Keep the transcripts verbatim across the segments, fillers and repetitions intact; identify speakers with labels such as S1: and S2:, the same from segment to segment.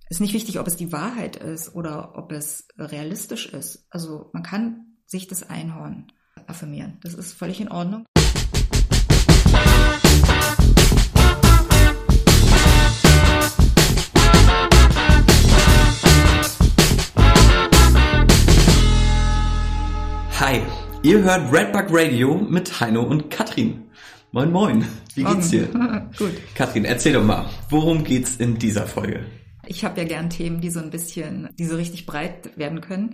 S1: ist nicht wichtig, ob es die Wahrheit ist oder ob es realistisch ist. Also man kann sich das Einhorn affirmieren. Das ist völlig in Ordnung.
S2: Hi, ihr hört Redbug Radio mit Heino und Katrin. Moin moin, wie geht's dir?
S1: Gut.
S2: Katrin, erzähl doch mal, worum geht's in dieser Folge?
S1: Ich habe ja gern Themen, die so ein bisschen, die so richtig breit werden können.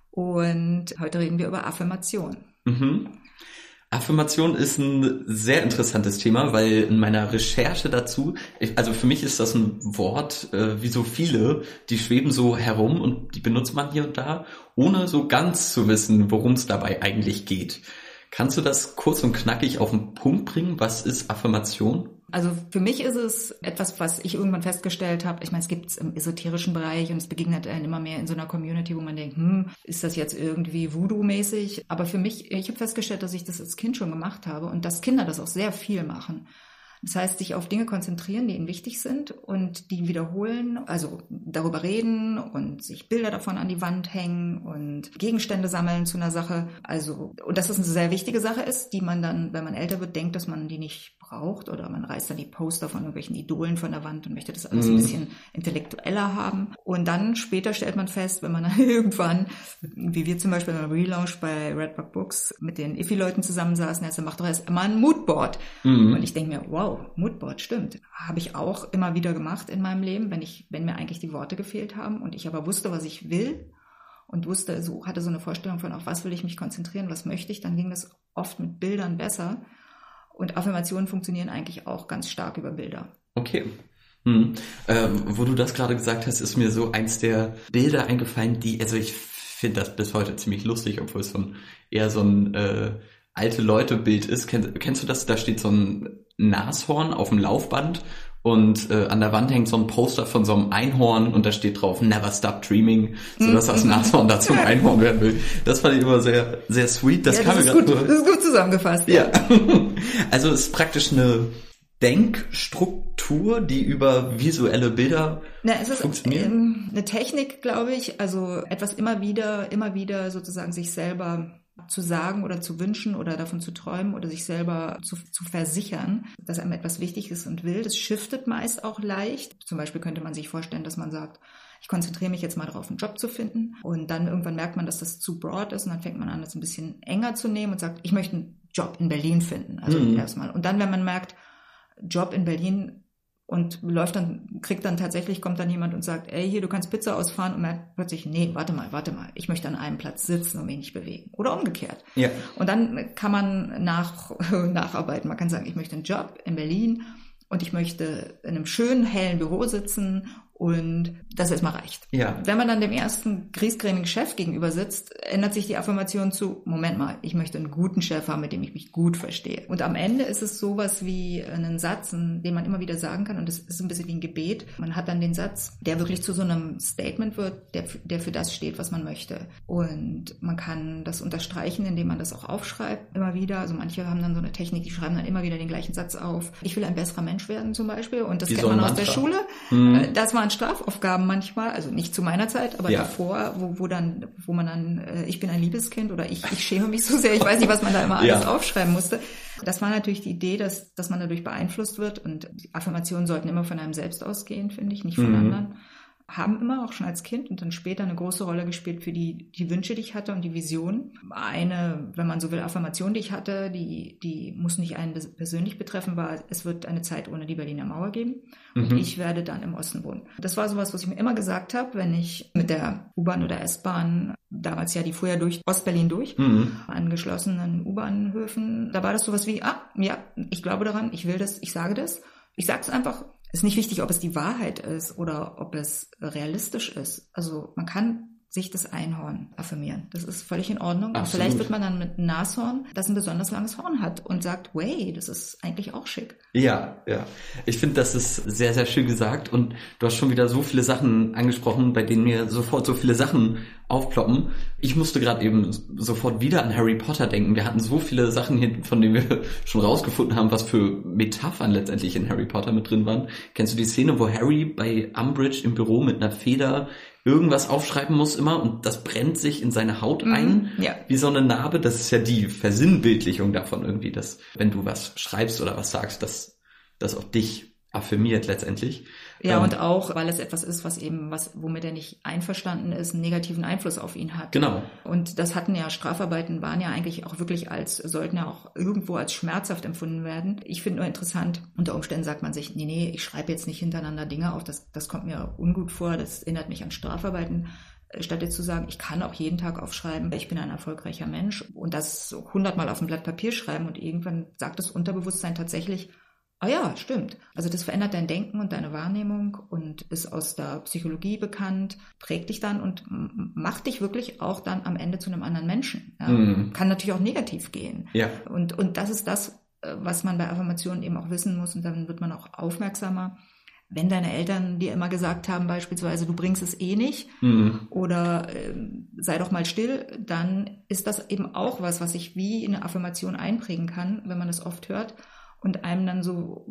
S1: Und heute reden wir über Affirmation.
S2: Mhm. Affirmation ist ein sehr interessantes Thema, weil in meiner Recherche dazu, ich, also für mich ist das ein Wort, äh, wie so viele, die schweben so herum und die benutzt man hier und da, ohne so ganz zu wissen, worum es dabei eigentlich geht. Kannst du das kurz und knackig auf den Punkt bringen? Was ist Affirmation?
S1: Also für mich ist es etwas, was ich irgendwann festgestellt habe. Ich meine, es gibt es im esoterischen Bereich und es begegnet einem immer mehr in so einer Community, wo man denkt, hm, ist das jetzt irgendwie Voodoo-mäßig? Aber für mich, ich habe festgestellt, dass ich das als Kind schon gemacht habe und dass Kinder das auch sehr viel machen. Das heißt, sich auf Dinge konzentrieren, die ihnen wichtig sind und die wiederholen, also darüber reden und sich Bilder davon an die Wand hängen und Gegenstände sammeln zu einer Sache. Also, und dass es eine sehr wichtige Sache ist, die man dann, wenn man älter wird, denkt, dass man die nicht braucht oder man reißt dann die Poster von irgendwelchen Idolen von der Wand und möchte das alles ein bisschen intellektueller haben. Und dann später stellt man fest, wenn man dann irgendwann, wie wir zum Beispiel beim Relaunch bei Redbug Books mit den Iffy-Leuten zusammensaßen, also macht doch erst immer ein Moodboard. Mhm. Und ich denke mir, wow, Moodboard, stimmt. Habe ich auch immer wieder gemacht in meinem Leben, wenn ich, wenn mir eigentlich die Worte gefehlt haben und ich aber wusste, was ich will und wusste, so, hatte so eine Vorstellung von, auf was will ich mich konzentrieren, was möchte ich, dann ging das oft mit Bildern besser. Und Affirmationen funktionieren eigentlich auch ganz stark über Bilder.
S2: Okay. Hm. Ähm, wo du das gerade gesagt hast, ist mir so eins der Bilder eingefallen, die, also ich finde das bis heute ziemlich lustig, obwohl es so ein, eher so ein äh, alte Leute-Bild ist. Kenn, kennst du das? Da steht so ein Nashorn auf dem Laufband und äh, an der Wand hängt so ein Poster von so einem Einhorn und da steht drauf Never Stop Dreaming, sodass das Nashorn da zum Einhorn werden will. Das fand ich immer sehr sehr sweet. Das,
S1: ja,
S2: kam
S1: das,
S2: mir
S1: ist gut,
S2: nur,
S1: das ist gut zusammengefasst.
S2: Ja. Also es ist praktisch eine Denkstruktur, die über visuelle Bilder
S1: Na, es ist
S2: funktioniert.
S1: Ähm, eine Technik, glaube ich, also etwas immer wieder, immer wieder sozusagen sich selber zu sagen oder zu wünschen oder davon zu träumen oder sich selber zu, zu versichern, dass einem etwas wichtig ist und will. Das shiftet meist auch leicht. Zum Beispiel könnte man sich vorstellen, dass man sagt, ich konzentriere mich jetzt mal darauf, einen Job zu finden. Und dann irgendwann merkt man, dass das zu broad ist und dann fängt man an, das ein bisschen enger zu nehmen und sagt, ich möchte einen Job in Berlin finden. Also mhm. erstmal. Und dann, wenn man merkt, Job in Berlin und läuft dann, kriegt dann tatsächlich, kommt dann jemand und sagt, ey, hier, du kannst Pizza ausfahren und merkt plötzlich, nee, warte mal, warte mal, ich möchte an einem Platz sitzen und mich nicht bewegen. Oder umgekehrt. Ja. Und dann kann man nach, nacharbeiten. Man kann sagen, ich möchte einen Job in Berlin und ich möchte in einem schönen, hellen Büro sitzen und das erstmal reicht. Ja. Wenn man dann dem ersten griesgrämigen Chef gegenüber sitzt, ändert sich die Affirmation zu, Moment mal, ich möchte einen guten Chef haben, mit dem ich mich gut verstehe. Und am Ende ist es sowas wie einen Satz, den man immer wieder sagen kann und das ist ein bisschen wie ein Gebet. Man hat dann den Satz, der wirklich zu so einem Statement wird, der, der für das steht, was man möchte. Und man kann das unterstreichen, indem man das auch aufschreibt, immer wieder. Also manche haben dann so eine Technik, die schreiben dann immer wieder den gleichen Satz auf. Ich will ein besserer Mensch werden zum Beispiel und das wie kennt man aus der Schule. Hm. Das waren Strafaufgaben manchmal, also nicht zu meiner Zeit, aber ja. davor, wo, wo dann, wo man dann, äh, ich bin ein Liebeskind oder ich, ich schäme mich so sehr, ich weiß nicht, was man da immer alles ja. aufschreiben musste. Das war natürlich die Idee, dass, dass man dadurch beeinflusst wird und Affirmationen sollten immer von einem selbst ausgehen, finde ich, nicht von mhm. anderen. Haben immer auch schon als Kind und dann später eine große Rolle gespielt für die, die Wünsche, die ich hatte und die Vision. Eine, wenn man so will, Affirmation, die ich hatte, die, die muss nicht einen persönlich betreffen, war, es wird eine Zeit ohne die Berliner Mauer geben und mhm. ich werde dann im Osten wohnen. Das war sowas, was ich mir immer gesagt habe, wenn ich mit der U-Bahn oder S-Bahn, damals ja, die fuhr ja durch Ostberlin durch, mhm. angeschlossenen U-Bahnhöfen, da war das sowas wie, ah, ja, ich glaube daran, ich will das, ich sage das. Ich sage es einfach. Es ist nicht wichtig, ob es die Wahrheit ist oder ob es realistisch ist. Also man kann sich das Einhorn affirmieren. Das ist völlig in Ordnung. Und vielleicht wird man dann mit einem Nashorn, das ein besonders langes Horn hat und sagt, way, das ist eigentlich auch schick.
S2: Ja, ja. Ich finde, das ist sehr, sehr schön gesagt und du hast schon wieder so viele Sachen angesprochen, bei denen mir sofort so viele Sachen aufploppen. Ich musste gerade eben sofort wieder an Harry Potter denken. Wir hatten so viele Sachen hier, von denen wir schon rausgefunden haben, was für Metaphern letztendlich in Harry Potter mit drin waren. Kennst du die Szene, wo Harry bei Umbridge im Büro mit einer Feder irgendwas aufschreiben muss immer und das brennt sich in seine Haut ein,
S1: mhm, ja.
S2: wie so eine Narbe? Das ist ja die Versinnbildlichung davon irgendwie, dass wenn du was schreibst oder was sagst, dass das auch dich affirmiert letztendlich.
S1: Ja,
S2: ähm,
S1: und auch, weil es etwas ist, was eben, was, womit er nicht einverstanden ist, einen negativen Einfluss auf ihn hat.
S2: Genau.
S1: Und das hatten ja, Strafarbeiten waren ja eigentlich auch wirklich als, sollten ja auch irgendwo als schmerzhaft empfunden werden. Ich finde nur interessant, unter Umständen sagt man sich, nee, nee, ich schreibe jetzt nicht hintereinander Dinge auf, das, das kommt mir ungut vor, das erinnert mich an Strafarbeiten. Statt jetzt zu sagen, ich kann auch jeden Tag aufschreiben, ich bin ein erfolgreicher Mensch und das hundertmal auf ein Blatt Papier schreiben und irgendwann sagt das Unterbewusstsein tatsächlich, ah ja, stimmt. Also das verändert dein Denken und deine Wahrnehmung und ist aus der Psychologie bekannt, prägt dich dann und macht dich wirklich auch dann am Ende zu einem anderen Menschen. Ja. Mm. Kann natürlich auch negativ gehen.
S2: Ja.
S1: Und, und das ist das, was man bei Affirmationen eben auch wissen muss und dann wird man auch aufmerksamer. Wenn deine Eltern dir immer gesagt haben, beispielsweise, du bringst es eh nicht mm. oder äh, sei doch mal still, dann ist das eben auch was, was sich wie in eine Affirmation einprägen kann, wenn man es oft hört. Und einem dann so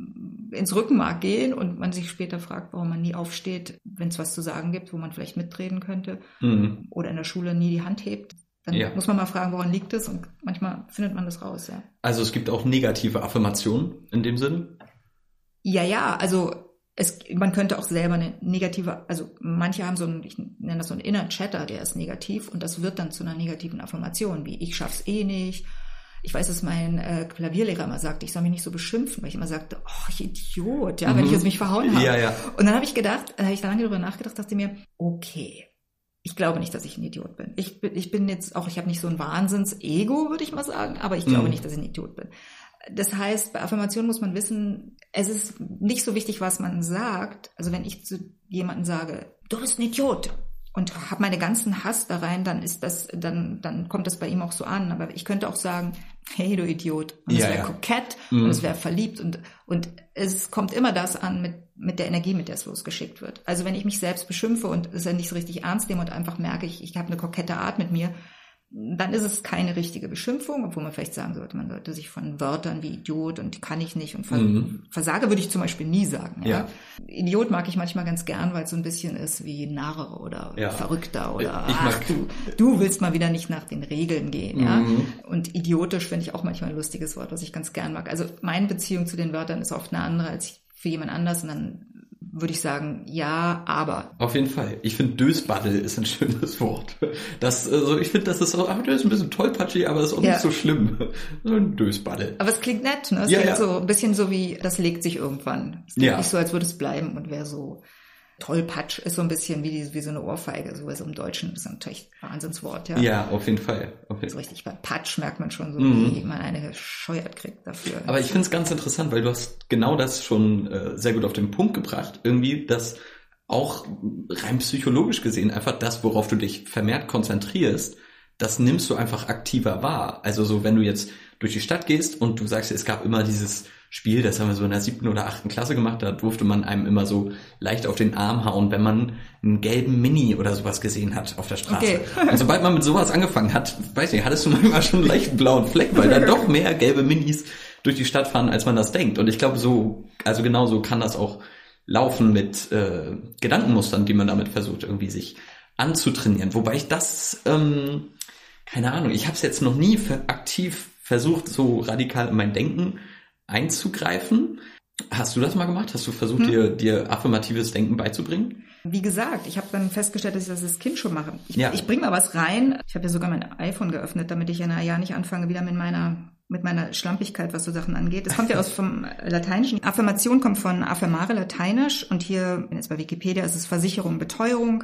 S1: ins Rückenmark gehen und man sich später fragt, warum man nie aufsteht, wenn es was zu sagen gibt, wo man vielleicht mitreden könnte mhm. oder in der Schule nie die Hand hebt. Dann ja. muss man mal fragen, woran liegt es und manchmal findet man das raus. Ja.
S2: Also es gibt auch negative Affirmationen in dem Sinn?
S1: Ja, ja, also es, man könnte auch selber eine negative, also manche haben so einen, ich nenne das so einen Inner Chatter, der ist negativ und das wird dann zu einer negativen Affirmation, wie ich schaff's eh nicht. Ich weiß, dass mein äh, Klavierlehrer immer sagte, ich soll mich nicht so beschimpfen, weil ich immer sagte, oh, ich Idiot, ja, mhm. wenn ich jetzt mich verhauen habe.
S2: Ja, ja.
S1: Und dann habe ich gedacht, äh, habe ich da lange darüber nachgedacht, dachte mir, okay, ich glaube nicht, dass ich ein Idiot bin. Ich bin, ich bin jetzt auch, ich habe nicht so ein Wahnsinns-Ego, würde ich mal sagen, aber ich glaube mhm. nicht, dass ich ein Idiot bin. Das heißt, bei Affirmationen muss man wissen, es ist nicht so wichtig, was man sagt. Also wenn ich zu jemandem sage, du bist ein Idiot, und habe meine ganzen Hass da rein, dann ist das, dann, dann kommt das bei ihm auch so an. Aber ich könnte auch sagen, hey, du Idiot. Und es ja, wäre ja. kokett mhm. und es wäre verliebt und, und es kommt immer das an mit, mit der Energie, mit der es losgeschickt wird. Also wenn ich mich selbst beschimpfe und es ja nicht so richtig ernst nehme und einfach merke, ich, ich habe eine kokette Art mit mir, dann ist es keine richtige Beschimpfung, obwohl man vielleicht sagen sollte, man sollte sich von Wörtern wie Idiot und kann ich nicht und Vers- mhm. Versage würde ich zum Beispiel nie sagen. Ja? Ja. Idiot mag ich manchmal ganz gern, weil es so ein bisschen ist wie Narr oder ja. Verrückter oder ich ach, du, du willst mal wieder nicht nach den Regeln gehen. Mhm. Ja? Und idiotisch finde ich auch manchmal ein lustiges Wort, was ich ganz gern mag. Also meine Beziehung zu den Wörtern ist oft eine andere als für jemand anders und dann würde ich sagen, ja, aber.
S2: Auf jeden Fall. Ich finde, Dösbaddel ist ein schönes Wort. Das, also ich finde, das ist auch, das ist ein bisschen tollpatschig, aber das ist auch ja. nicht so schlimm. So ein Dösbaddel.
S1: Aber es klingt nett, ne? Es
S2: ja,
S1: klingt
S2: ja.
S1: so ein bisschen so wie, das legt sich irgendwann. Es klingt
S2: ja.
S1: nicht so, als würde es bleiben und wäre so Tollpatsch ist so ein bisschen wie, die, wie so eine Ohrfeige, so also im Deutschen ist natürlich ein Wahnsinnswort, ja.
S2: Ja, auf jeden Fall. Auf jeden
S1: so richtig, bei Patsch merkt man schon so, mhm. wie man eine gescheuert kriegt dafür.
S2: Aber ich finde es ganz interessant, weil du hast genau das schon äh, sehr gut auf den Punkt gebracht, irgendwie, dass auch rein psychologisch gesehen einfach das, worauf du dich vermehrt konzentrierst, das nimmst du einfach aktiver wahr. Also so, wenn du jetzt durch die Stadt gehst und du sagst, es gab immer dieses Spiel, das haben wir so in der siebten oder achten Klasse gemacht, da durfte man einem immer so leicht auf den Arm hauen, wenn man einen gelben Mini oder sowas gesehen hat auf der Straße. Okay. Und sobald man mit sowas angefangen hat, weiß nicht, hattest du manchmal schon einen leichten blauen Fleck, weil da doch mehr gelbe Minis durch die Stadt fahren, als man das denkt. Und ich glaube, so, also genau so kann das auch laufen mit äh, Gedankenmustern, die man damit versucht, irgendwie sich anzutrainieren. Wobei ich das, ähm, keine Ahnung, ich habe es jetzt noch nie für aktiv versucht, so radikal in mein Denken einzugreifen. Hast du das mal gemacht? Hast du versucht, hm. dir, dir affirmatives Denken beizubringen?
S1: Wie gesagt, ich habe dann festgestellt, dass ich das als Kind schon mache. Ich,
S2: ja.
S1: ich bringe mal was rein. Ich habe ja sogar mein iPhone geöffnet, damit ich ja na ja nicht anfange, wieder mit meiner mit meiner Schlampigkeit, was so Sachen angeht. Das kommt ja aus vom Lateinischen. Affirmation kommt von affirmare, Lateinisch. Und hier, jetzt bei Wikipedia, ist es Versicherung, Beteuerung.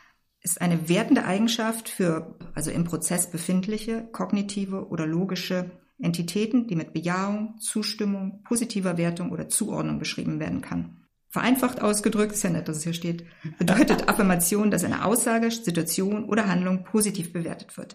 S1: Ist eine wertende Eigenschaft für, also im Prozess befindliche, kognitive oder logische Entitäten, die mit Bejahung, Zustimmung, positiver Wertung oder Zuordnung beschrieben werden kann. Vereinfacht ausgedrückt, ist ja nett, dass es hier steht, bedeutet Affirmation, dass eine Aussage, Situation oder Handlung positiv bewertet wird.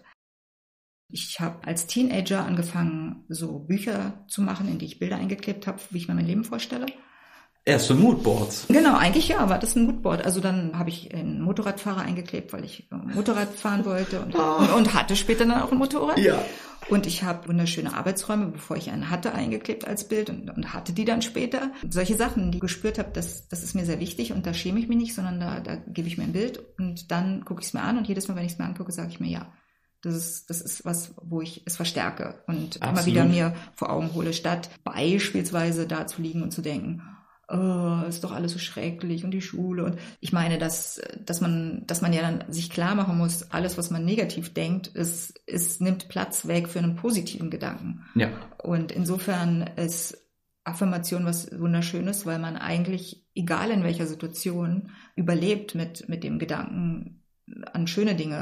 S1: Ich habe als Teenager angefangen, so Bücher zu machen, in die ich Bilder eingeklebt habe, wie ich mir mein Leben vorstelle.
S2: Erste Moodboards.
S1: Genau, eigentlich ja, war das ein Moodboard. Also dann habe ich einen Motorradfahrer eingeklebt, weil ich Motorrad fahren wollte und, oh. und, und hatte später dann auch ein Motorrad.
S2: Ja.
S1: Und ich habe wunderschöne Arbeitsräume, bevor ich einen hatte, eingeklebt als Bild und, und hatte die dann später. Solche Sachen, die ich gespürt habe, das, das ist mir sehr wichtig und da schäme ich mich nicht, sondern da, da gebe ich mir ein Bild und dann gucke ich es mir an und jedes Mal, wenn ich es mir angucke, sage ich mir ja. Das ist, das ist was, wo ich es verstärke und Absolut. immer wieder mir vor Augen hole, statt beispielsweise da zu liegen und zu denken, oh, ist doch alles so schrecklich und die Schule und ich meine, dass, dass man, dass man ja dann sich klar machen muss, alles, was man negativ denkt, ist, ist, nimmt Platz weg für einen positiven Gedanken.
S2: Ja.
S1: Und insofern ist Affirmation was Wunderschönes, weil man eigentlich, egal in welcher Situation, überlebt mit, mit dem Gedanken an schöne Dinge.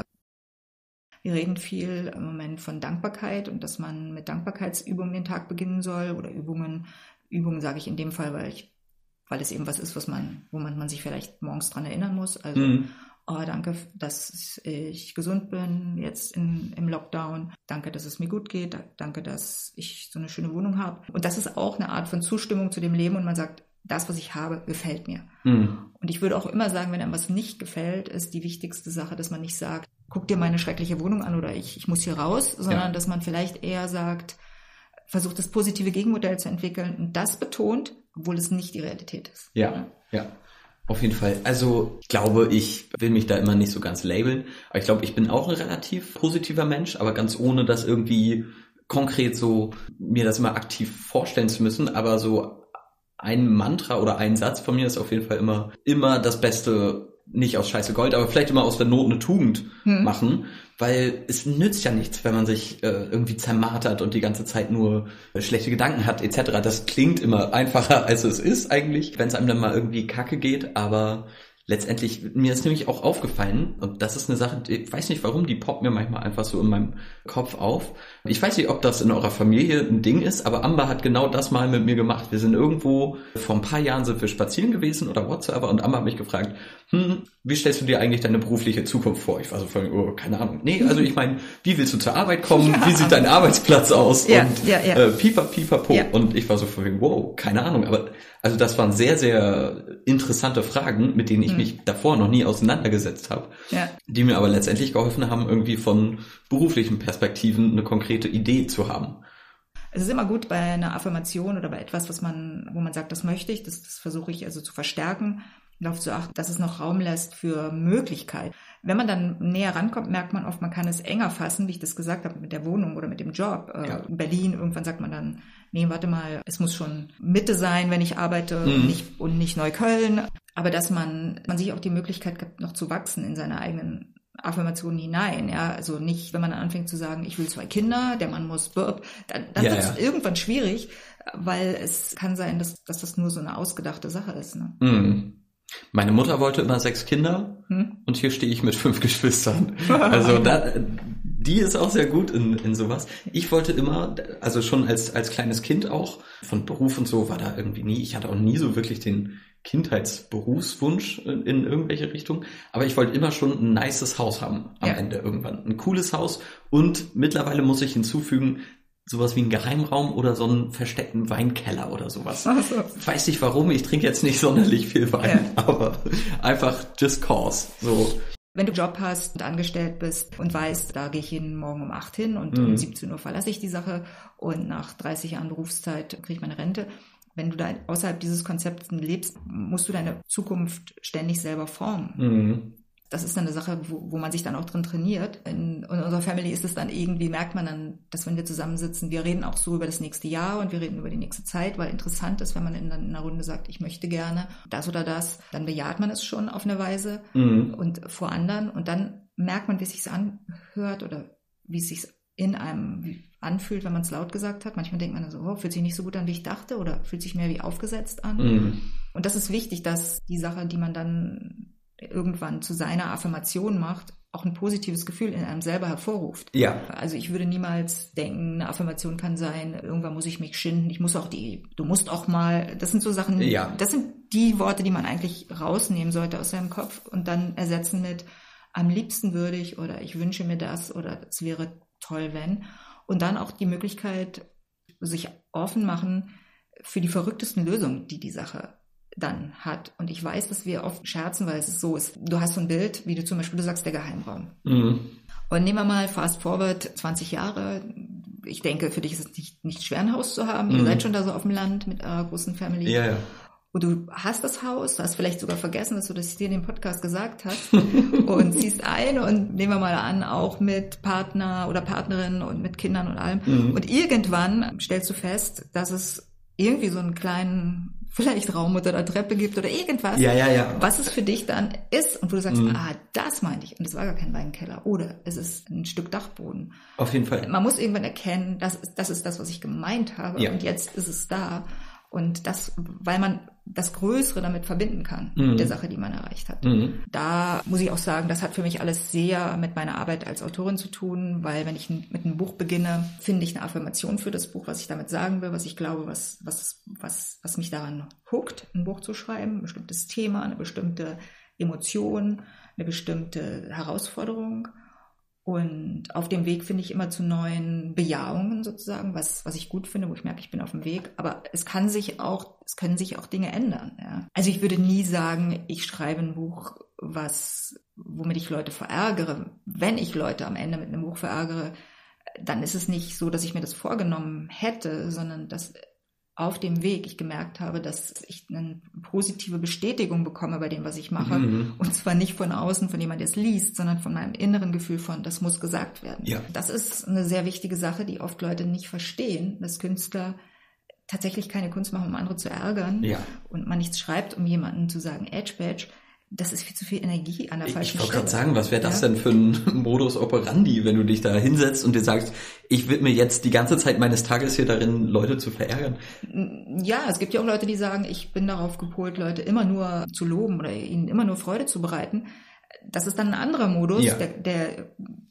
S1: Wir reden viel im Moment von Dankbarkeit und dass man mit Dankbarkeitsübungen den Tag beginnen soll oder Übungen, Übungen sage ich in dem Fall, weil ich weil es eben was ist, was man, wo man, man sich vielleicht morgens dran erinnern muss. Also, mhm. oh, danke, dass ich gesund bin jetzt in, im Lockdown. Danke, dass es mir gut geht. Danke, dass ich so eine schöne Wohnung habe. Und das ist auch eine Art von Zustimmung zu dem Leben und man sagt, das, was ich habe, gefällt mir. Mhm. Und ich würde auch immer sagen, wenn einem was nicht gefällt, ist die wichtigste Sache, dass man nicht sagt, guck dir meine schreckliche Wohnung an oder ich, ich muss hier raus, sondern ja. dass man vielleicht eher sagt, versucht das positive Gegenmodell zu entwickeln und das betont, obwohl es nicht die Realität ist.
S2: Ja, ja, ja, auf jeden Fall. Also ich glaube, ich will mich da immer nicht so ganz labeln, aber ich glaube, ich bin auch ein relativ positiver Mensch, aber ganz ohne das irgendwie konkret so mir das immer aktiv vorstellen zu müssen, aber so ein Mantra oder ein Satz von mir ist auf jeden Fall immer, immer das Beste, nicht aus Scheiße Gold, aber vielleicht immer aus der Not eine Tugend hm. machen, weil es nützt ja nichts, wenn man sich äh, irgendwie zermartert und die ganze Zeit nur äh, schlechte Gedanken hat et cetera. Das klingt immer einfacher, als es ist eigentlich, wenn es einem dann mal irgendwie kacke geht, aber letztendlich, mir ist nämlich auch aufgefallen, und das ist eine Sache, ich weiß nicht warum, die poppt mir manchmal einfach so in meinem Kopf auf. Ich weiß nicht, ob das in eurer Familie ein Ding ist, aber Amber hat genau das mal mit mir gemacht. Wir sind irgendwo, vor ein paar Jahren sind wir spazieren gewesen oder whatsoever und Amber hat mich gefragt, hm, wie stellst du dir eigentlich deine berufliche Zukunft vor? Ich war so voll, oh, keine Ahnung. Nee, also ich meine, wie willst du zur Arbeit kommen? Ja. Wie sieht dein Arbeitsplatz aus?
S1: Ja,
S2: und
S1: ja, ja.
S2: Äh, pipa, pipa, po.
S1: Ja.
S2: Und ich war so voll, wow, keine Ahnung. Aber also das waren sehr, sehr interessante Fragen, mit denen ich hm. mich davor noch nie auseinandergesetzt habe,
S1: ja.
S2: die mir aber letztendlich geholfen haben, irgendwie von beruflichen Perspektiven eine konkrete Idee zu haben.
S1: Es ist immer gut bei einer Affirmation oder bei etwas, was man, wo man sagt, das möchte ich, das, das versuche ich also zu verstärken, darauf zu achten, dass es noch Raum lässt für Möglichkeiten. Wenn man dann näher rankommt, merkt man oft, man kann es enger fassen, wie ich das gesagt habe, mit der Wohnung oder mit dem Job. Ja. In Berlin, irgendwann sagt man dann, nee, warte mal, es muss schon Mitte sein, wenn ich arbeite mhm. und, nicht, und nicht Neukölln. Aber dass man, man sich auch die Möglichkeit gibt, noch zu wachsen in seine eigenen Affirmationen hinein, ja, also nicht, wenn man dann anfängt zu sagen, ich will zwei Kinder, der Mann muss burp, dann, dann ja, wird es ja. irgendwann schwierig, weil es kann sein, dass, dass das nur so eine ausgedachte Sache ist. Ne?
S2: Mhm. Meine Mutter wollte immer sechs Kinder hm? und hier stehe ich mit fünf Geschwistern. Also da, die ist auch sehr gut in, in sowas. Ich wollte immer, also schon als als kleines Kind auch, von Beruf und so war da irgendwie nie, ich hatte auch nie so wirklich den Kindheitsberufswunsch in, in irgendwelche Richtung, aber ich wollte immer schon ein nices Haus haben am ja. Ende irgendwann. Ein cooles Haus und mittlerweile muss ich hinzufügen, sowas wie einen Geheimraum oder so einen versteckten Weinkeller oder sowas. Ach so. Weiß nicht warum, ich trinke jetzt nicht sonderlich viel Wein, ja. aber einfach just cause. So.
S1: Wenn du einen Job hast und angestellt bist und weißt, da gehe ich jeden Morgen um acht hin und mhm. um siebzehn Uhr verlasse ich die Sache und nach dreißig Jahren Berufszeit kriege ich meine Rente. Wenn du da außerhalb dieses Konzepts lebst, musst du deine Zukunft ständig selber formen. Mhm. Das ist dann eine Sache, wo, wo man sich dann auch drin trainiert. In, in unserer Family ist es dann irgendwie, merkt man dann, dass wenn wir zusammensitzen, wir reden auch so über das nächste Jahr und wir reden über die nächste Zeit, weil interessant ist, wenn man in, in einer Runde sagt, ich möchte gerne das oder das, dann bejaht man es schon auf eine Weise mhm. und vor anderen und dann merkt man, wie es sich anhört oder wie es sich in einem anfühlt, wenn man es laut gesagt hat. Manchmal denkt man so, oh, fühlt sich nicht so gut an, wie ich dachte oder fühlt sich mehr wie aufgesetzt an. Mhm. Und das ist wichtig, dass die Sache, die man dann irgendwann zu seiner Affirmation macht, auch ein positives Gefühl in einem selber hervorruft.
S2: Ja.
S1: Also ich würde niemals denken, eine Affirmation kann sein, irgendwann muss ich mich schinden, ich muss auch die, du musst auch mal, das sind so Sachen,
S2: ja.
S1: das sind die Worte, die man eigentlich rausnehmen sollte aus seinem Kopf und dann ersetzen mit, am liebsten würde ich oder ich wünsche mir das oder es wäre toll, wenn. Und dann auch die Möglichkeit, sich offen machen für die verrücktesten Lösungen, die die Sache dann hat. Und ich weiß, dass wir oft scherzen, weil es so ist. Du hast so ein Bild, wie du zum Beispiel, du sagst, der Geheimraum. Mhm. Und nehmen wir mal fast forward zwanzig Jahre. Ich denke, für dich ist es nicht, nicht schwer, ein Haus zu haben. Mhm. Ihr seid schon da so auf dem Land mit eurer großen Family.
S2: Ja, ja.
S1: Und du hast das Haus, du hast vielleicht sogar vergessen, dass du das dir in dem Podcast gesagt hast und ziehst ein und nehmen wir mal an, auch mit Partner oder Partnerin und mit Kindern und allem. Mhm. Und irgendwann stellst du fest, dass es irgendwie so einen kleinen, vielleicht Raum unter der Treppe gibt oder irgendwas,
S2: ja, ja, ja.
S1: was es für dich dann ist und wo du sagst, mhm. ah, das meinte ich. Und es war gar kein Weinkeller oder es ist ein Stück Dachboden.
S2: Auf jeden Fall.
S1: Man muss irgendwann erkennen, das ist das, ist das was ich gemeint habe ja. und jetzt ist es da. Und das, weil man das Größere damit verbinden kann, mhm. mit der Sache, die man erreicht hat. Mhm. Da muss ich auch sagen, das hat für mich alles sehr mit meiner Arbeit als Autorin zu tun, weil wenn ich mit einem Buch beginne, finde ich eine Affirmation für das Buch, was ich damit sagen will, was ich glaube, was, was, was, was mich daran hookt, ein Buch zu schreiben, ein bestimmtes Thema, eine bestimmte Emotion, eine bestimmte Herausforderung. Und auf dem Weg finde ich immer zu neuen Bejahungen sozusagen, was, was ich gut finde, wo ich merke, ich bin auf dem Weg. Aber es kann sich auch, es können sich auch Dinge ändern, ja. Also ich würde nie sagen, ich schreibe ein Buch, was, womit ich Leute verärgere. Wenn ich Leute am Ende mit einem Buch verärgere, dann ist es nicht so, dass ich mir das vorgenommen hätte, sondern dass auf dem Weg ich gemerkt habe, dass ich eine positive Bestätigung bekomme bei dem, was ich mache. Mhm. Und zwar nicht von außen, von jemandem, der es liest, sondern von meinem inneren Gefühl von, das muss gesagt werden.
S2: Ja.
S1: Das ist eine sehr wichtige Sache, die oft Leute nicht verstehen, dass Künstler tatsächlich keine Kunst machen, um andere zu ärgern.
S2: Ja.
S1: Und man nichts schreibt, um jemanden zu sagen, Edge Badge. Das ist viel zu viel Energie an der falschen Stelle.
S2: Ich wollte gerade sagen, was wäre das ja? denn für ein Modus operandi, wenn du dich da hinsetzt und dir sagst, ich widme jetzt die ganze Zeit meines Tages hier darin, Leute zu verärgern?
S1: Ja, es gibt ja auch Leute, die sagen, ich bin darauf gepolt, Leute immer nur zu loben oder ihnen immer nur Freude zu bereiten. Das ist dann ein anderer Modus, ja. der, der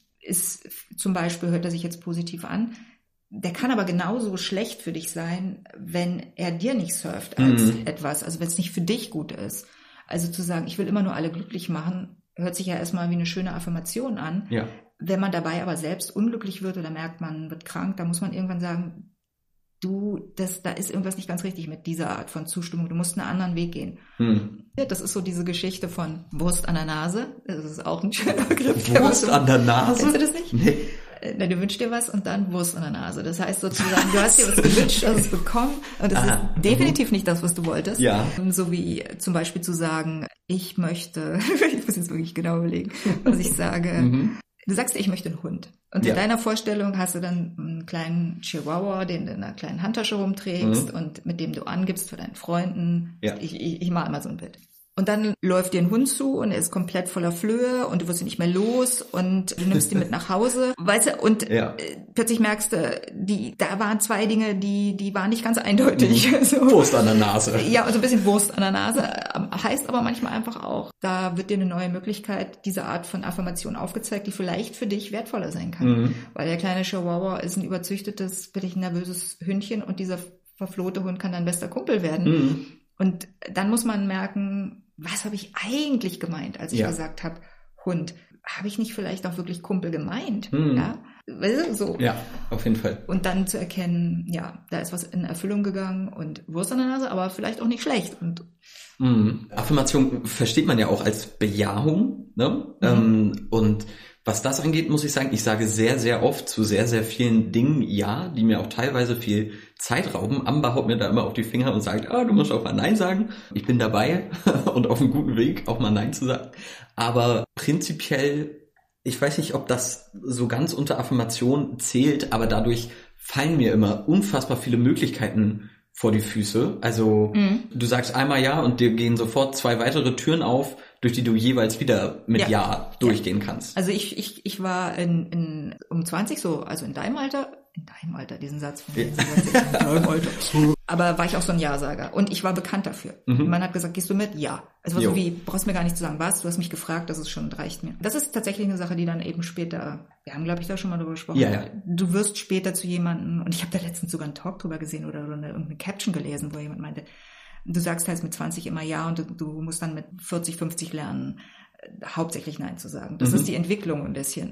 S1: ist zum Beispiel, hört er sich jetzt positiv an, der kann aber genauso schlecht für dich sein, wenn er dir nicht surft als mhm. etwas, also wenn es nicht für dich gut ist. Also zu sagen, ich will immer nur alle glücklich machen, hört sich ja erstmal wie eine schöne Affirmation an.
S2: Ja.
S1: Wenn man dabei aber selbst unglücklich wird oder merkt, man wird krank, dann muss man irgendwann sagen, du, das, da ist irgendwas nicht ganz richtig mit dieser Art von Zustimmung. Du musst einen anderen Weg gehen. Hm. Ja, das ist so diese Geschichte von Wurst an der Nase. Das ist auch ein schöner Begriff.
S2: Wurst an der Nase?
S1: Kennst du das nicht? Nee. Na, du wünschst dir was und dann Wurst an der Nase. Das heißt sozusagen, du hast dir was gewünscht, hast es bekommen und das Aha. ist definitiv nicht das, was du wolltest.
S2: Ja.
S1: So wie zum Beispiel zu sagen, ich möchte, ich muss jetzt wirklich genau überlegen, was ich sage. Mhm. Du sagst dir, ich möchte einen Hund. Und ja. in deiner Vorstellung hast du dann einen kleinen Chihuahua, den du in einer kleinen Handtasche rumträgst mhm. und mit dem du angibst für deinen Freunden.
S2: Ja.
S1: Ich, ich, ich mache immer so ein Bild. Und dann läuft dir ein Hund zu und er ist komplett voller Flöhe und du wirst ihn nicht mehr los und du nimmst ihn mit nach Hause, weißt du, und
S2: ja.
S1: plötzlich merkst du, die, da waren zwei Dinge, die, die waren nicht ganz eindeutig.
S2: Mhm. So. Wurst an der Nase.
S1: Ja, also ein bisschen Wurst an der Nase, heißt aber manchmal einfach auch, da wird dir eine neue Möglichkeit, diese Art von Affirmation aufgezeigt, die vielleicht für dich wertvoller sein kann. Mhm. Weil der kleine Chihuahua ist ein überzüchtetes, wirklich nervöses Hündchen und dieser verflohte Hund kann dein bester Kumpel werden. Mhm. Und dann muss man merken, was habe ich eigentlich gemeint, als ich ja. gesagt habe, Hund? Habe ich nicht vielleicht auch wirklich Kumpel gemeint?
S2: Mhm.
S1: Ja, so.
S2: Ja, auf jeden Fall.
S1: Und dann zu erkennen, ja, da ist was in Erfüllung gegangen und Wurst an der Nase, aber vielleicht auch nicht schlecht. Und
S2: mhm. Affirmation versteht man ja auch als Bejahung, ne? Mhm. Ähm, und was das angeht, muss ich sagen, ich sage sehr, sehr oft zu sehr, sehr vielen Dingen ja, die mir auch teilweise viel Zeit rauben. Amber haut mir da immer auf die Finger und sagt, ah, du musst auch mal Nein sagen. Ich bin dabei und auf einem guten Weg, auch mal Nein zu sagen. Aber prinzipiell, ich weiß nicht, ob das so ganz unter Affirmation zählt, aber dadurch fallen mir immer unfassbar viele Möglichkeiten vor die Füße. Also mhm. du sagst einmal ja und dir gehen sofort zwei weitere Türen auf, durch die du jeweils wieder mit Ja, ja durchgehen ja. kannst.
S1: Also ich ich ich war in, in um zwanzig so, also in deinem Alter, in deinem Alter, diesen Satz von ja. in deinem Alter. Aber war ich auch so ein Ja-Sager und ich war bekannt dafür. Mhm. Man hat gesagt, gehst du mit? Ja. Es war jo. so wie, brauchst mir gar nicht zu sagen, was, du hast mich gefragt, das ist schon, reicht mir. Das ist tatsächlich eine Sache, die dann eben später, wir haben glaube ich da schon mal drüber gesprochen,
S2: ja, ja.
S1: du wirst später zu jemandem, und ich habe da letztens sogar einen Talk drüber gesehen oder eine, irgendeine Caption gelesen, wo jemand meinte, du sagst halt mit zwanzig immer Ja und du, du musst dann mit vierzig, fünfzig lernen, hauptsächlich Nein zu sagen. Das mhm. ist die Entwicklung ein bisschen.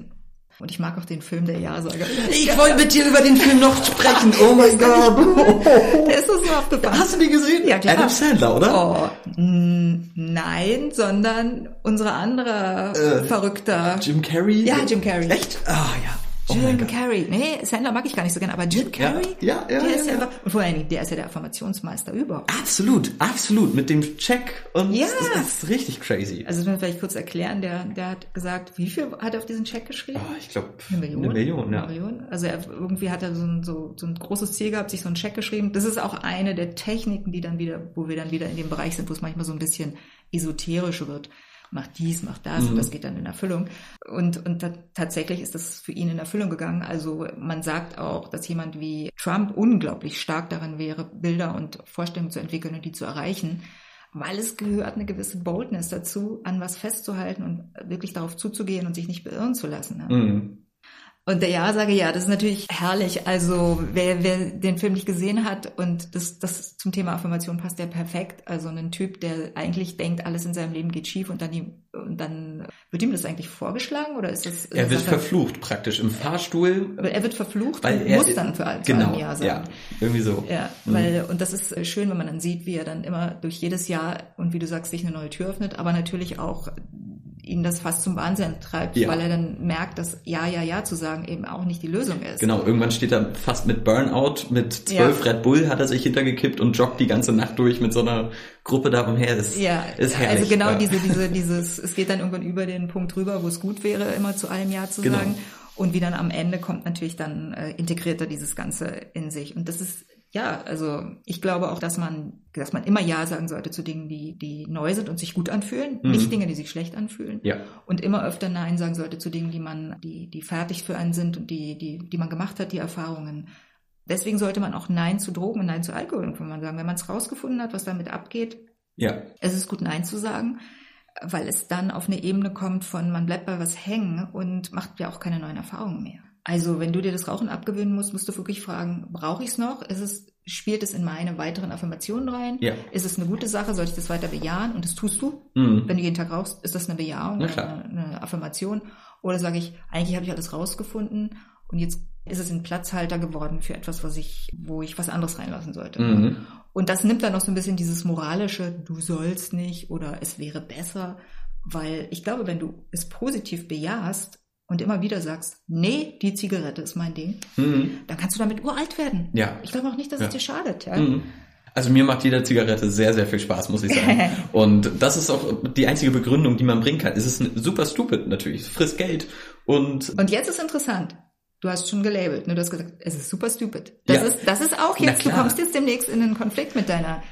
S1: Und ich mag auch den Film Der Ja-Sager.
S2: Ich ja, wollte mit dir über den Film noch sprechen. Oh mein Gott.
S1: Cool. Der ist so aufgefallen.
S2: Hast du den gesehen?
S1: Ja, klar.
S2: Adam Sandler, oder?
S1: Oh, n- nein, sondern unsere andere äh, Verrückter.
S2: Jim Carrey?
S1: Ja, Jim Carrey.
S2: Echt? Ah, ja. Oh
S1: Jim Carrey. Nee, Sandler mag ich gar nicht so gerne, aber Jim Carrey?
S2: Ja, ja, ja.
S1: Der
S2: ja,
S1: ist ja,
S2: ja.
S1: Und vor allem, der ist ja der Affirmationsmeister überhaupt.
S2: Absolut, absolut. Mit dem Check und
S1: ja.
S2: das ist richtig crazy.
S1: Also das muss man vielleicht kurz erklären, der, der hat gesagt, wie viel hat er auf diesen Check geschrieben?
S2: Oh, ich glaube,
S1: eine Million.
S2: Eine Million, ja.
S1: Eine Million. Also er, irgendwie hat er so ein, so, so ein großes Ziel gehabt, sich so einen Check geschrieben. Das ist auch eine der Techniken, die dann wieder, wo wir dann wieder in dem Bereich sind, wo es manchmal so ein bisschen esoterisch wird. Mach dies, mach das, mhm. und das geht dann in Erfüllung. Und, und da, tatsächlich ist das für ihn in Erfüllung gegangen. Also man sagt auch, dass jemand wie Trump unglaublich stark darin wäre, Bilder und Vorstellungen zu entwickeln und die zu erreichen, weil es gehört eine gewisse Boldness dazu, an was festzuhalten und wirklich darauf zuzugehen und sich nicht beirren zu lassen. Ne?
S2: Mhm.
S1: Und der Ja-Sager, ja, das ist natürlich herrlich. Also wer, wer den Film nicht gesehen hat und das, das zum Thema Affirmation passt ja perfekt. Also ein Typ, der eigentlich denkt, alles in seinem Leben geht schief und dann, die, und dann wird ihm das eigentlich vorgeschlagen oder ist das?
S2: Er wird verflucht praktisch im Fahrstuhl.
S1: Aber er wird verflucht
S2: weil
S1: und
S2: er,
S1: muss dann für alles
S2: genau,
S1: ein Ja sagen.
S2: Ja, irgendwie so.
S1: Ja, mhm. weil, und das ist schön, wenn man dann sieht, wie er dann immer durch jedes Jahr und wie du sagst, sich eine neue Tür öffnet, aber natürlich auch ihn das fast zum Wahnsinn treibt, ja. weil er dann merkt, dass Ja, Ja, Ja zu sagen eben auch nicht die Lösung ist.
S2: Genau, irgendwann steht er fast mit Burnout, mit zwölf ja. Red Bull hat er sich hintergekippt und joggt die ganze Nacht durch mit so einer Gruppe da umher. Das
S1: ja,
S2: ist herrlich.
S1: Also genau
S2: ja.
S1: diese, diese, dieses, es geht dann irgendwann über den Punkt rüber, wo es gut wäre, immer zu allem Ja zu
S2: genau.
S1: sagen. Und wie dann am Ende kommt natürlich dann, äh, integriert er dieses Ganze in sich. Und das ist, ja, also ich glaube auch, dass man, dass man immer Ja sagen sollte zu Dingen, die, die neu sind und sich gut anfühlen, mhm. nicht Dinge, die sich schlecht anfühlen.
S2: Ja.
S1: Und immer öfter Nein sagen sollte zu Dingen, die man, die, die fertig für einen sind und die, die, die man gemacht hat, die Erfahrungen. Deswegen sollte man auch Nein zu Drogen und Nein zu Alkohol, wenn man sagen, wenn man es rausgefunden hat, was damit abgeht.
S2: Ja.
S1: Es ist gut, Nein zu sagen, weil es dann auf eine Ebene kommt von, man bleibt bei was hängen und macht ja auch keine neuen Erfahrungen mehr. Also wenn du dir das Rauchen abgewöhnen musst, musst du wirklich fragen, brauche ich es noch? Ist es, spielt es in meine weiteren Affirmationen rein?
S2: Ja.
S1: Ist es eine gute Sache? Soll ich das weiter bejahen? Und das tust du.
S2: Mhm.
S1: Wenn du jeden Tag rauchst, ist das eine Bejahung,
S2: Na
S1: oder
S2: klar.
S1: eine, eine Affirmation? Oder sage ich, eigentlich habe ich alles rausgefunden und jetzt ist es ein Platzhalter geworden für etwas, was ich, wo ich was anderes reinlassen sollte.
S2: Mhm.
S1: Und das nimmt dann noch so ein bisschen dieses moralische, du sollst nicht oder es wäre besser, weil ich glaube, wenn du es positiv bejahst und immer wieder sagst, nee, die Zigarette ist mein Ding, mhm. dann kannst du damit uralt werden.
S2: Ja.
S1: Ich glaube auch nicht, dass
S2: ja.
S1: es dir schadet. Ja?
S2: Mhm. Also mir macht jede Zigarette sehr, sehr viel Spaß, muss ich sagen. Und das ist auch die einzige Begründung, die man bringen kann. Es ist super stupid natürlich, es frisst Geld. Und,
S1: und jetzt ist interessant. Du hast schon gelabelt, ne? Du hast gesagt, es ist super stupid. Das, ja. ist, das ist auch jetzt, du kommst jetzt demnächst in einen Konflikt mit deiner...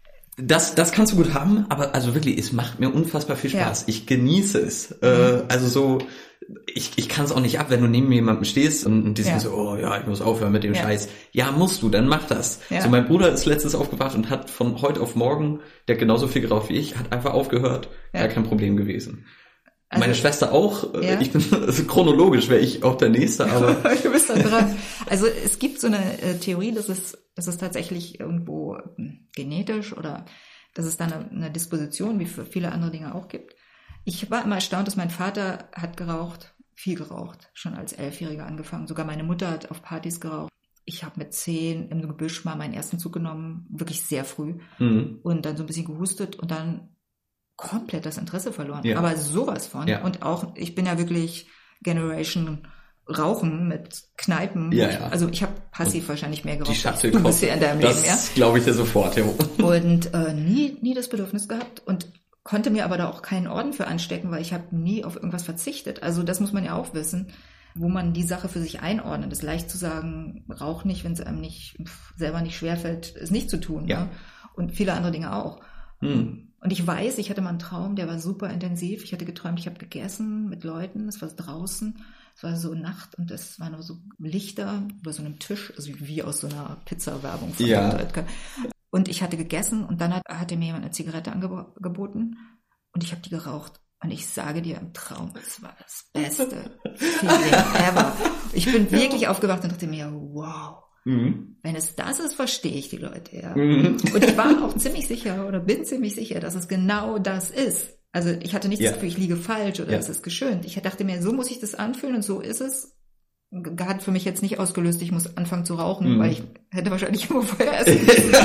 S2: Das, das kannst du gut haben, aber also wirklich, es macht mir unfassbar viel Spaß. Ja. Ich genieße es. Mhm. Äh, also so, ich, ich kann es auch nicht ab, wenn du neben jemandem stehst und, und die sind ja. so, oh ja, ich muss aufhören mit dem ja. Scheiß. Ja, musst du, dann mach das. Ja. So, mein Bruder ist letztens aufgewacht und hat von heute auf morgen, der hat genauso viel geraucht wie ich, hat einfach aufgehört. Ja. Gar kein Problem gewesen. Also, meine Schwester auch. Ja? Ich bin also chronologisch, wäre ich auch der Nächste, aber
S1: du bist da dran. Also es gibt so eine äh, Theorie, dass es, dass es tatsächlich irgendwo hm, genetisch oder dass es da eine, eine Disposition, wie für viele andere Dinge auch gibt. Ich war immer erstaunt, dass mein Vater hat geraucht, viel geraucht, schon als Elfjähriger angefangen. Sogar meine Mutter hat auf Partys geraucht. Ich habe mit zehn im Gebüsch mal meinen ersten Zug genommen, wirklich sehr früh, mhm. und dann so ein bisschen gehustet und dann komplett das Interesse verloren. Ja. Aber sowas von. Ja. Und auch, ich bin ja wirklich Generation Rauchen mit Kneipen.
S2: Ja,
S1: ich,
S2: ja.
S1: Also ich habe passiv und wahrscheinlich mehr geraucht.
S2: Die Schachtel du
S1: bist ja in deinem Leben, ja?
S2: Das glaube ich dir sofort, ja.
S1: Und äh, nie, nie das Bedürfnis gehabt und konnte mir aber da auch keinen Orden für anstecken, weil ich habe nie auf irgendwas verzichtet. Also das muss man ja auch wissen, wo man die Sache für sich einordnet. Es ist leicht zu sagen, rauch nicht, wenn es einem nicht selber nicht schwerfällt, es nicht zu tun.
S2: Ja.
S1: Ne? Und viele andere Dinge auch.
S2: Hm.
S1: Und ich weiß, ich hatte mal einen Traum, der war super intensiv. Ich hatte geträumt, ich habe gegessen mit Leuten, es war draußen, es war so Nacht und es waren so Lichter über so einem Tisch, also wie aus so einer Pizza-Werbung von
S2: ja.
S1: Oetker. Und ich hatte gegessen und dann hat, hatte mir jemand eine Zigarette angeboten und ich habe die geraucht. Und ich sage dir im Traum, es war das beste Feeling ever. Ich bin wirklich aufgewacht und dachte mir, wow. Mhm. Wenn es das ist, verstehe ich die Leute, ja. Mhm. Und ich war auch ziemlich sicher oder bin ziemlich sicher, dass es genau das ist. Also ich hatte nicht
S2: Ja.
S1: das Gefühl, ich liege falsch oder
S2: Ja.
S1: es ist geschönt. Ich dachte mir, so muss ich das anfühlen und so ist es. Hat für mich jetzt nicht ausgelöst, ich muss anfangen zu rauchen,
S2: Mhm.
S1: weil ich hätte wahrscheinlich immer vorher essen müssen.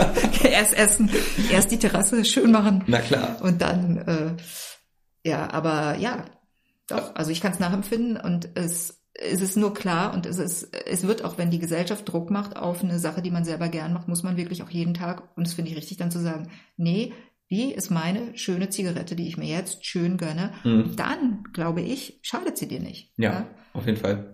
S1: Erst essen, erst die Terrasse schön machen
S2: Na klar.
S1: und dann, äh, ja, aber ja, doch, also ich kann es nachempfinden und es, es ist nur klar und es ist, es wird auch, wenn die Gesellschaft Druck macht auf eine Sache, die man selber gern macht, muss man wirklich auch jeden Tag, und das finde ich richtig, dann zu sagen, nee, wie ist meine schöne Zigarette, die ich mir jetzt schön gönne,
S2: Mhm.
S1: dann, glaube ich, schadet sie dir nicht.
S2: Ja, auf jeden Fall.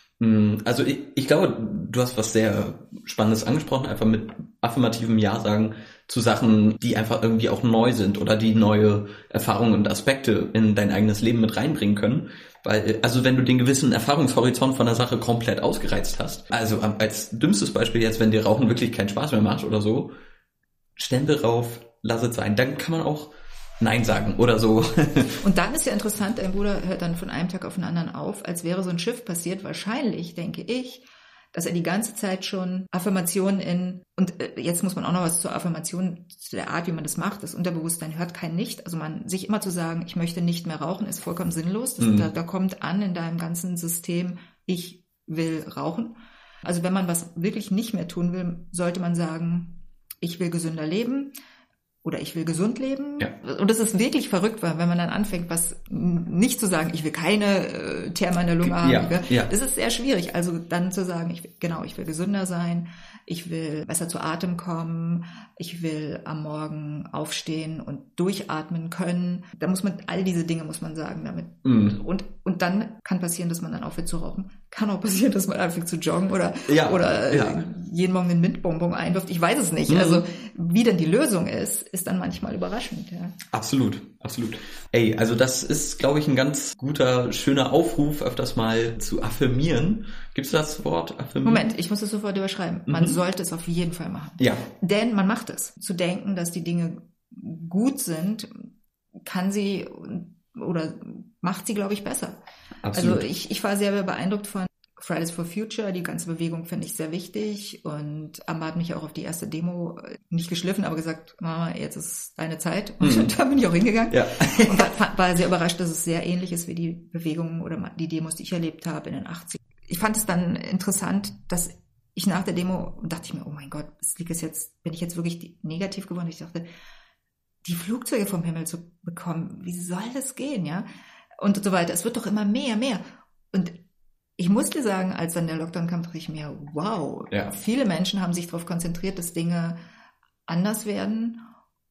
S2: Also ich, ich glaube, du hast was sehr Spannendes angesprochen, einfach mit affirmativem Ja sagen zu Sachen, die einfach irgendwie auch neu sind oder die neue Erfahrungen und Aspekte in dein eigenes Leben mit reinbringen können. Weil, also wenn du den gewissen Erfahrungshorizont von der Sache komplett ausgereizt hast, also als dümmstes Beispiel jetzt, wenn dir Rauchen wirklich keinen Spaß mehr macht oder so, Stempel rauf, lass es sein. Dann kann man auch Nein sagen oder so.
S1: Und dann ist ja interessant, dein Bruder hört dann von einem Tag auf den anderen auf, als wäre so ein Schiff passiert. Wahrscheinlich, denke ich, dass er die ganze Zeit schon Affirmationen in, und jetzt muss man auch noch was zur Affirmation, zu der Art, wie man das macht, das Unterbewusstsein hört kein Nicht. Also man, sich immer zu sagen, ich möchte nicht mehr rauchen, ist vollkommen sinnlos. Das, mhm. da, da kommt an in deinem ganzen System, ich will rauchen. Also wenn man was wirklich nicht mehr tun will, sollte man sagen, ich will gesünder leben. Oder ich will gesund leben.
S2: Ja.
S1: Und das ist wirklich verrückt, weil wenn man dann anfängt, was nicht zu sagen, ich will keine äh, Therme in der Lunge haben,
S2: ja,
S1: will,
S2: ja.
S1: das ist sehr schwierig. Also dann zu sagen, ich will, genau, ich will gesünder sein, ich will besser zu Atem kommen, ich will am Morgen aufstehen und durchatmen können. Da muss man, all diese Dinge muss man sagen damit.
S2: Mm.
S1: Und, und dann kann passieren, dass man dann aufhört zu rauchen. Kann auch passieren, dass man anfängt zu joggen oder,
S2: ja,
S1: oder
S2: ja.
S1: jeden Morgen einen Mintbonbon einwirft. Ich weiß es nicht. Mm. Also wie denn die Lösung ist, ist dann manchmal überraschend. Ja.
S2: Absolut, absolut. Ey, also das ist, glaube ich, ein ganz guter, schöner Aufruf, öfters mal zu affirmieren. Gibt's das Wort affirmieren?
S1: Moment, ich muss es sofort überschreiben. Man mhm. sollte es auf jeden Fall machen.
S2: Ja.
S1: Denn man macht es. Zu denken, dass die Dinge gut sind, kann sie oder macht sie, glaube ich, besser.
S2: Absolut.
S1: Also ich, ich war sehr beeindruckt von Fridays for Future, die ganze Bewegung finde ich sehr wichtig und Amma hat mich auch auf die erste Demo nicht geschliffen, aber gesagt, Mama, jetzt ist deine Zeit und mhm. da bin ich auch hingegangen
S2: ja.
S1: und war, war sehr überrascht, dass es sehr ähnlich ist wie die Bewegungen oder die Demos, die ich erlebt habe in den achtzigern. Ich fand es dann interessant, dass ich nach der Demo dachte ich mir, oh mein Gott, es liegt es jetzt, bin ich jetzt wirklich negativ geworden? Ich dachte, die Flugzeuge vom Himmel zu bekommen, wie soll das gehen, ja? Und so weiter. Es wird doch immer mehr, mehr. Und ich musste sagen, als dann der Lockdown kam, dachte ich mir, wow,
S2: ja.
S1: viele Menschen haben sich darauf konzentriert, dass Dinge anders werden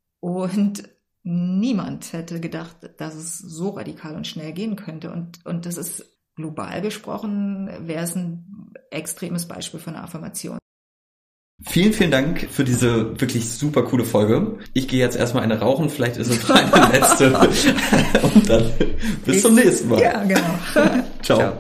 S1: und niemand hätte gedacht, dass es so radikal und schnell gehen könnte. Und, und das ist global gesprochen, wäre es ein extremes Beispiel von einer Affirmation.
S2: Vielen, vielen Dank für diese wirklich super coole Folge. Ich gehe jetzt erstmal eine rauchen, vielleicht ist es meine letzte. Und dann bis
S1: ich,
S2: zum nächsten Mal.
S1: Ja, genau.
S2: Ciao. Ciao.